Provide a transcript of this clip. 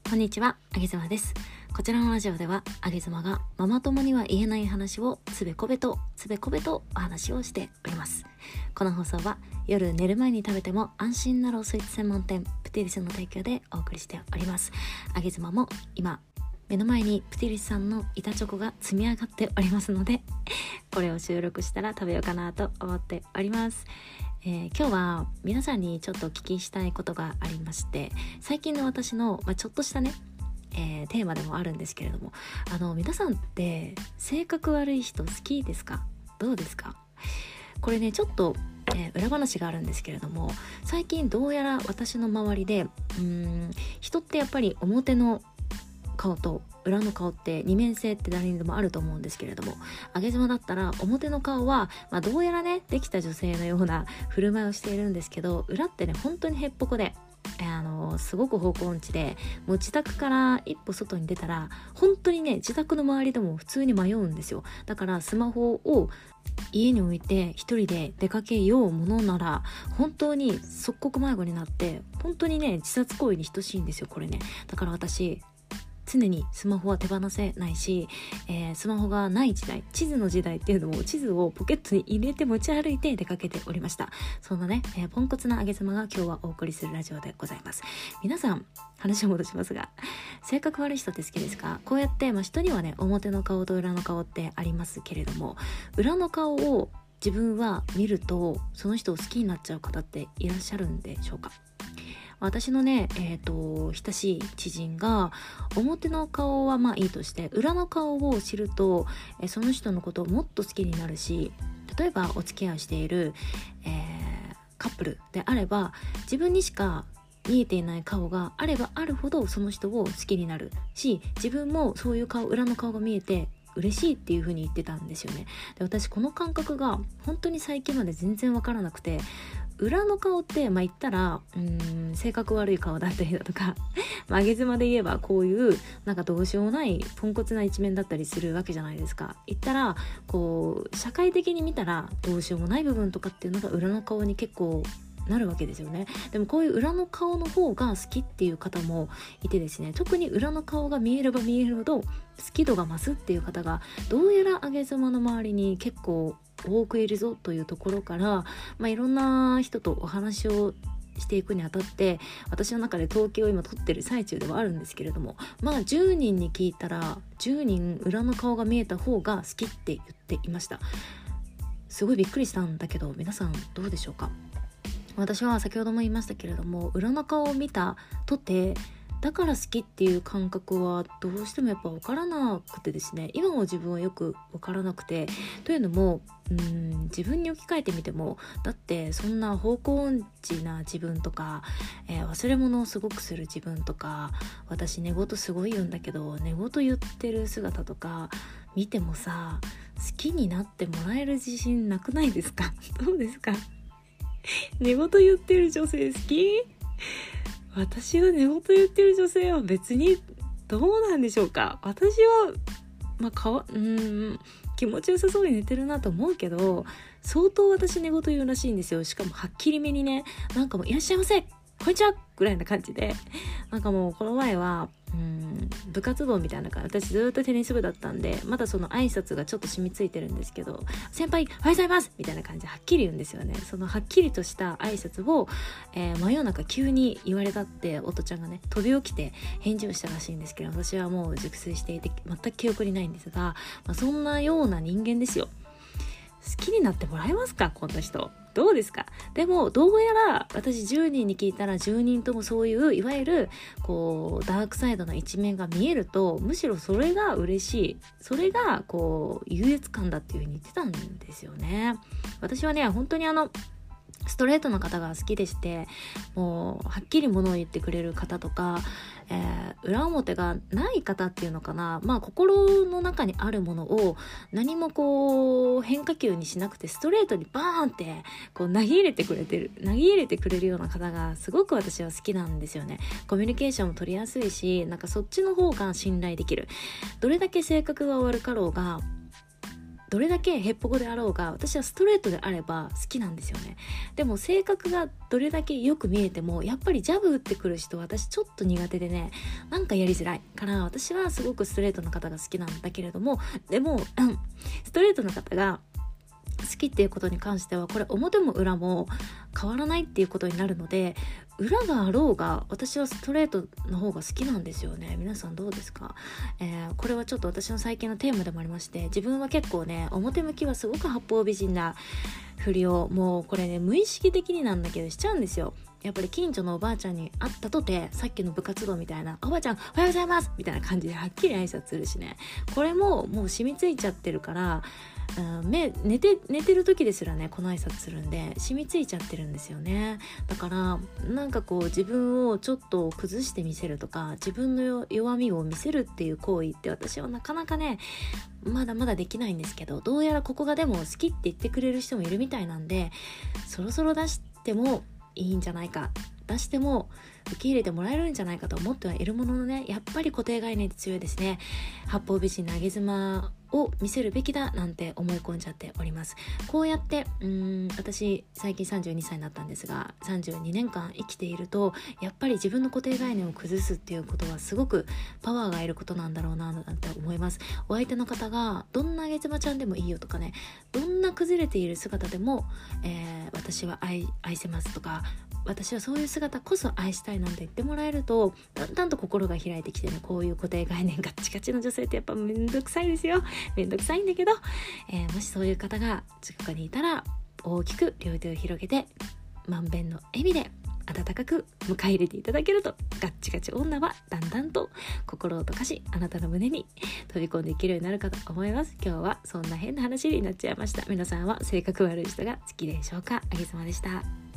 こんにちは、あげずまです。こちらのラジオではあげずまがママ友には言えない話をつべこべとお話をしております。この放送は夜寝る前に食べても安心なロースイーツ専門店プティリスの提供でお送りしております。あげずまも今目の前にプティリスさんの板チョコが積み上がっておりますのでこれを収録したら食べようかなと思っております。今日は皆さんにちょっとお聞きしたいことがありまして、最近の私の、ちょっとしたね、テーマでもあるんですけれども、皆さんって性格悪い人好きですか？どうですか？これねちょっと、裏話があるんですけれども、最近どうやら私の周りで人ってやっぱり表の顔と裏の顔って二面性って誰にでもあると思うんですけれども、あげずまだったら表の顔は、どうやらねできた女性のような振る舞いをしているんですけど、裏ってね本当にへっぽこですごく方向音痴で、もう自宅から一歩外に出たら本当にね自宅の周りでも普通に迷うんですよ。だからスマホを家に置いて一人で出かけようものなら本当に即刻迷子になって、本当にね自殺行為に等しいんですよこれね。だから私常にスマホは手放せないし、スマホがない時代、地図の時代っていうのも地図をポケットに入れて持ち歩いて出かけておりました。そんなね、ポンコツなあげずまが今日はお送りするラジオでございます。皆さん話を戻しますが、性格悪い人って好きですか？こうやって、人にはね表の顔と裏の顔ってありますけれども、裏の顔を自分は見るとその人を好きになっちゃう方っていらっしゃるんでしょうか？私のね、親しい知人が表の顔はいいとして裏の顔を知ると、その人のことをもっと好きになるし、例えばお付き合いしている、カップルであれば自分にしか見えていない顔があればあるほどその人を好きになるし、自分もそういう裏の顔が見えて嬉しいっていう風に言ってたんですよね。で、私この感覚が本当に最近まで全然わからなくて、裏の顔って言ったら性格悪い顔だったりだとかあげずまで言えばこういうどうしようもないポンコツな一面だったりするわけじゃないですか。言ったら社会的に見たらどうしようもない部分とかっていうのが裏の顔に結構なるわけですよね。でもこういう裏の顔の方が好きっていう方もいてですね、特に裏の顔が見えれば見えるほど好き度が増すっていう方がどうやらあげずまの周りに結構多くいるぞというところから、いろんな人とお話をしていくにあたって私の中で統計を今取ってる最中ではあるんですけれども、10人に聞いたら10人裏の顔が見えた方が好きって言っていました。すごいびっくりしたんだけど、皆さんどうでしょうか？私は先ほども言いましたけれども、裏の顔を見たとてだから好きっていう感覚はどうしてもやっぱ分からなくてですね、今も自分はよく分からなくて、というのも自分に置き換えてみても、だってそんな方向音痴な自分とか、忘れ物をすごくする自分とか、私寝言すごい言うんだけど寝言言ってる姿とか見てもさ、好きになってもらえる自信なくないですか？どうですか？寝言言ってる女性好き？私が寝言言ってる女性は別にどうなんでしょうか？私は気持ちよさそうに寝てるなと思うけど、相当私寝言言うらしいんですよ。しかもはっきりめにね、もういらっしゃいませ、こんにちはぐらいな感じで、もうこの前は部活動みたいな感じ、私ずっとテニス部だったんで、まだその挨拶がちょっと染みついてるんですけど、先輩おはようございますみたいな感じではっきり言うんですよね。そのはっきりとした挨拶を、真夜中急に言われたって夫ちゃんがね飛び起きて返事をしたらしいんですけど、私はもう熟睡していて全く記憶にないんですが、そんなような人間ですよ。好きになってもらえますか？こんな人どうですか？でもどうやら私10人に聞いたら10人ともそういういわゆるダークサイドな一面が見えると、むしろそれが嬉しい、それが優越感だっていう風に言ってたんですよね。私はね本当にストレートな方が好きでして、もうはっきり物を言ってくれる方とか、裏表がない方っていうのかな、心の中にあるものを何も変化球にしなくてストレートにバーンって投げ入れてくれるような方がすごく私は好きなんですよね。コミュニケーションも取りやすいし、そっちの方が信頼できる。どれだけ性格が悪かろうがどれだけヘッポコであろうが私はストレートであれば好きなんですよね。でも性格がどれだけよく見えてもやっぱりジャブ打ってくる人私ちょっと苦手でね、なんかやりづらいから私はすごくストレートの方が好きなんだけれども、でも、ストレートの方が好きっていうことに関してはこれ表も裏も変わらないっていうことになるので、裏があろうが私はストレートの方が好きなんですよね。皆さんどうですか？これはちょっと私の最近のテーマでもありまして、自分は結構ね表向きはすごく八方美人なふりをもうこれね無意識的になんだけどしちゃうんですよ。やっぱり近所のおばあちゃんに会ったとてさっきの部活動みたいなおばあちゃんおはようございますみたいな感じではっきり挨拶するしね、これももう染みついちゃってるから、寝てる時ですらねこの挨拶するんで染みついちゃってるんですよね。だからなんかこう自分をちょっと崩してみせるとか自分の弱みを見せるっていう行為って私はなかなかねまだまだできないんですけど、どうやらここがでも好きって言ってくれる人もいるみたいなんで、そろそろ出してもいいんじゃないか、出しても受け入れてもらえるんじゃないかと思ってはいるもののね、やっぱり固定概念って強いですね。八方美人な上妻を見せるべきだなんて思い込んじゃっております。こうやって私最近32歳になったんですが、32年間生きているとやっぱり自分の固定概念を崩すっていうことはすごくパワーがいることなんだろうななんて思います。お相手の方がどんな上妻ちゃんでもいいよとかね、どんな崩れている姿でも、私は愛せますとか、私はそういう姿こそ愛したいなんて言ってもらえるとだんだんと心が開いてきてね、こういう固定概念ガッチガチの女性ってやっぱめんどくさいですよ。めんどくさいんだけど、もしそういう方が近くにいたら大きく両手を広げて満遍の笑みで温かく迎え入れていただけると、ガッチガチ女はだんだんと心を溶かしあなたの胸に飛び込んでいけるようになるかと思います。今日はそんな変な話になっちゃいました。皆さんは性格悪い人が好きでしょうか？あげさまでした。